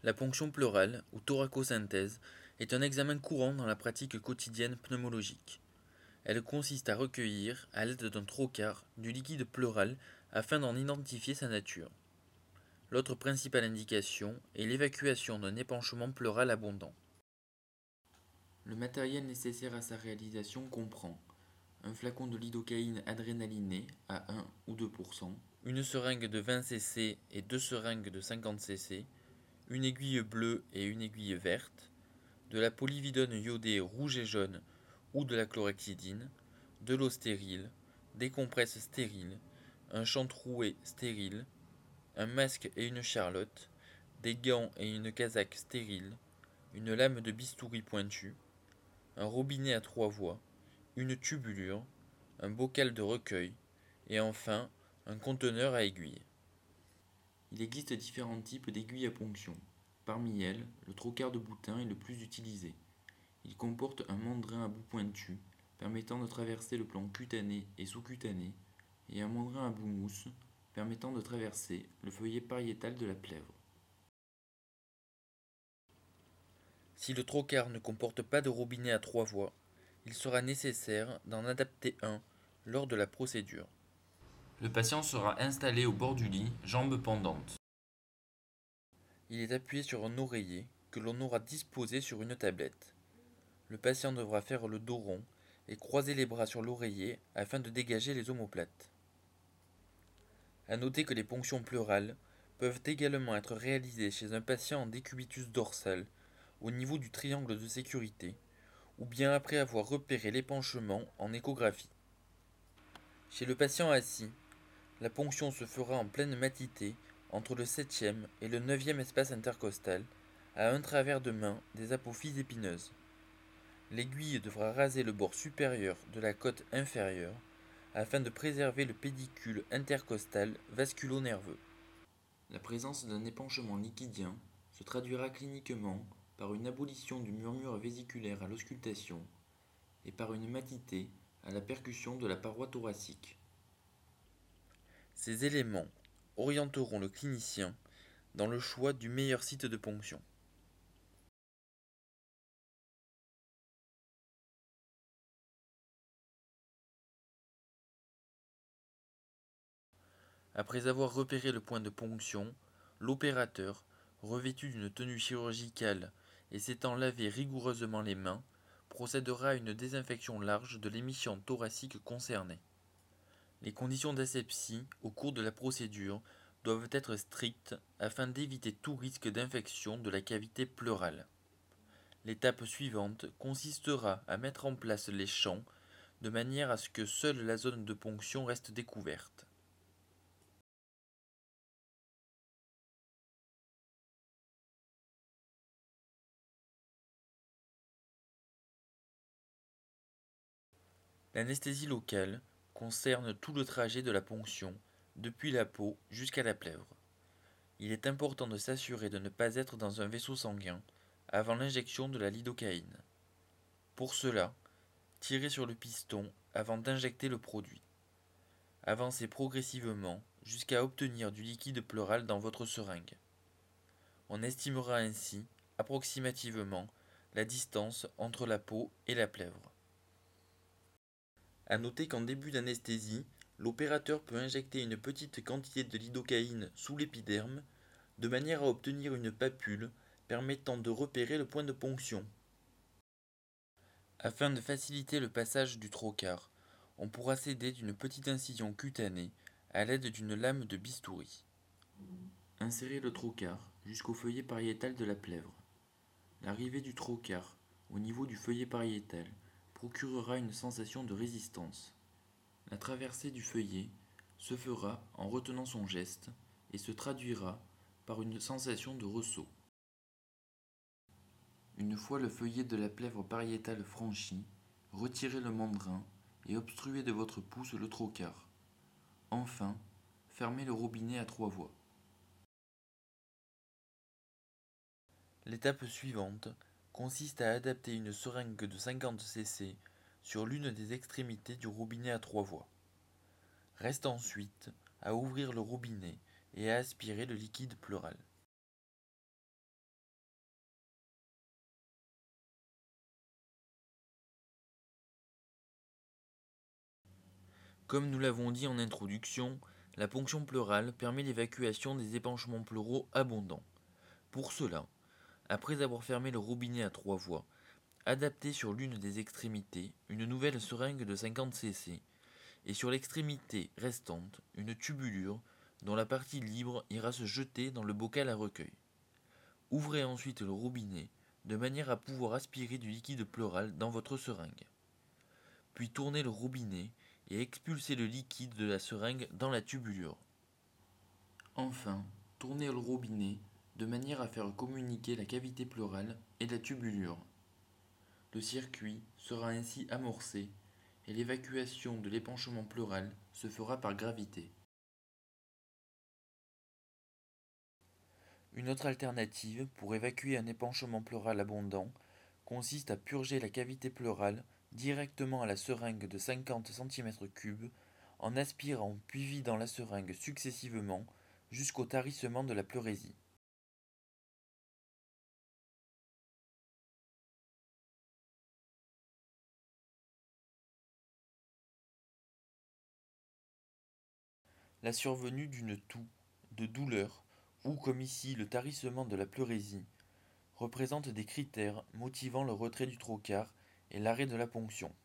La ponction pleurale, ou thoracosynthèse, est un examen courant dans la pratique quotidienne pneumologique. Elle consiste à recueillir, à l'aide d'un trocar, du liquide pleural afin d'en identifier sa nature. L'autre principale indication est l'évacuation d'un épanchement pleural abondant. Le matériel nécessaire à sa réalisation comprend un flacon de lidocaïne adrénalinée à 1 ou 2%, une seringue de 20 cc et deux seringues de 50 cc, une aiguille bleue et une aiguille verte, de la polyvidone iodée rouge et jaune ou de la chlorhexidine, de l'eau stérile, des compresses stériles, un chantroué stérile, un masque et une charlotte, des gants et une casaque stérile, une lame de bistouri pointue, un robinet à 3 voies, une tubulure, un bocal de recueil, et enfin un conteneur à aiguilles. Il existe différents types d'aiguilles à ponction. Parmi elles, le trocar de boutin est le plus utilisé. Il comporte un mandrin à bout pointu, permettant de traverser le plan cutané et sous-cutané, et un mandrin à bout mousse, permettant de traverser le feuillet pariétal de la plèvre. Si le trocar ne comporte pas de robinet à 3 voies, il sera nécessaire d'en adapter un lors de la procédure. Le patient sera installé au bord du lit, jambes pendantes. Il est appuyé sur un oreiller que l'on aura disposé sur une tablette. Le patient devra faire le dos rond et croiser les bras sur l'oreiller afin de dégager les omoplates. A noter que les ponctions pleurales peuvent également être réalisées chez un patient en décubitus dorsal, au niveau du triangle de sécurité, ou bien après avoir repéré l'épanchement en échographie. Chez le patient assis, la ponction se fera en pleine matité entre le 7e et le 9e espace intercostal, à un travers de main des apophyses épineuses. L'aiguille devra raser le bord supérieur de la côte inférieure afin de préserver le pédicule intercostal vasculo-nerveux. La présence d'un épanchement liquidien se traduira cliniquement par une abolition du murmure vésiculaire à l'auscultation et par une matité à la percussion de la paroi thoracique. Ces éléments orienteront le clinicien dans le choix du meilleur site de ponction. Après avoir repéré le point de ponction, l'opérateur, revêtu d'une tenue chirurgicale et s'étant lavé rigoureusement les mains, procédera à une désinfection large de l'émission thoracique concernée. Les conditions d'asepsie au cours de la procédure doivent être strictes afin d'éviter tout risque d'infection de la cavité pleurale. L'étape suivante consistera à mettre en place les champs de manière à ce que seule la zone de ponction reste découverte. L'anesthésie locale concerne tout le trajet de la ponction, depuis la peau jusqu'à la plèvre. Il est important de s'assurer de ne pas être dans un vaisseau sanguin avant l'injection de la lidocaïne. Pour cela, tirez sur le piston avant d'injecter le produit. Avancez progressivement jusqu'à obtenir du liquide pleural dans votre seringue. On estimera ainsi, approximativement, la distance entre la peau et la plèvre. A noter qu'en début d'anesthésie, l'opérateur peut injecter une petite quantité de lidocaïne sous l'épiderme, de manière à obtenir une papule permettant de repérer le point de ponction. Afin de faciliter le passage du trocar, on pourra s'aider d'une petite incision cutanée à l'aide d'une lame de bistouri. Insérez le trocar jusqu'au feuillet pariétal de la plèvre. L'arrivée du trocar au niveau du feuillet pariétal procurera une sensation de résistance. La traversée du feuillet se fera en retenant son geste et se traduira par une sensation de ressaut. Une fois le feuillet de la plèvre pariétale franchi, retirez le mandrin et obstruez de votre pouce le trocar. Enfin, fermez le robinet à 3 voies. L'étape suivante consiste à adapter une seringue de 50 cc sur l'une des extrémités du robinet à 3 voies. Reste ensuite à ouvrir le robinet et à aspirer le liquide pleural. Comme nous l'avons dit en introduction, la ponction pleurale permet l'évacuation des épanchements pleuraux abondants. Pour cela, après avoir fermé le robinet à 3 voies, adaptez sur l'une des extrémités une nouvelle seringue de 50 cc et sur l'extrémité restante une tubulure dont la partie libre ira se jeter dans le bocal à recueil. Ouvrez ensuite le robinet de manière à pouvoir aspirer du liquide pleural dans votre seringue. Puis tournez le robinet et expulsez le liquide de la seringue dans la tubulure. Enfin, tournez le robinet de manière à faire communiquer la cavité pleurale et la tubulure. Le circuit sera ainsi amorcé et l'évacuation de l'épanchement pleural se fera par gravité. Une autre alternative pour évacuer un épanchement pleural abondant consiste à purger la cavité pleurale directement à la seringue de 50 cm3 en aspirant puis vidant la seringue successivement jusqu'au tarissement de la pleurésie. La survenue d'une toux, de douleur ou comme ici le tarissement de la pleurésie représentent des critères motivant le retrait du trocar et l'arrêt de la ponction.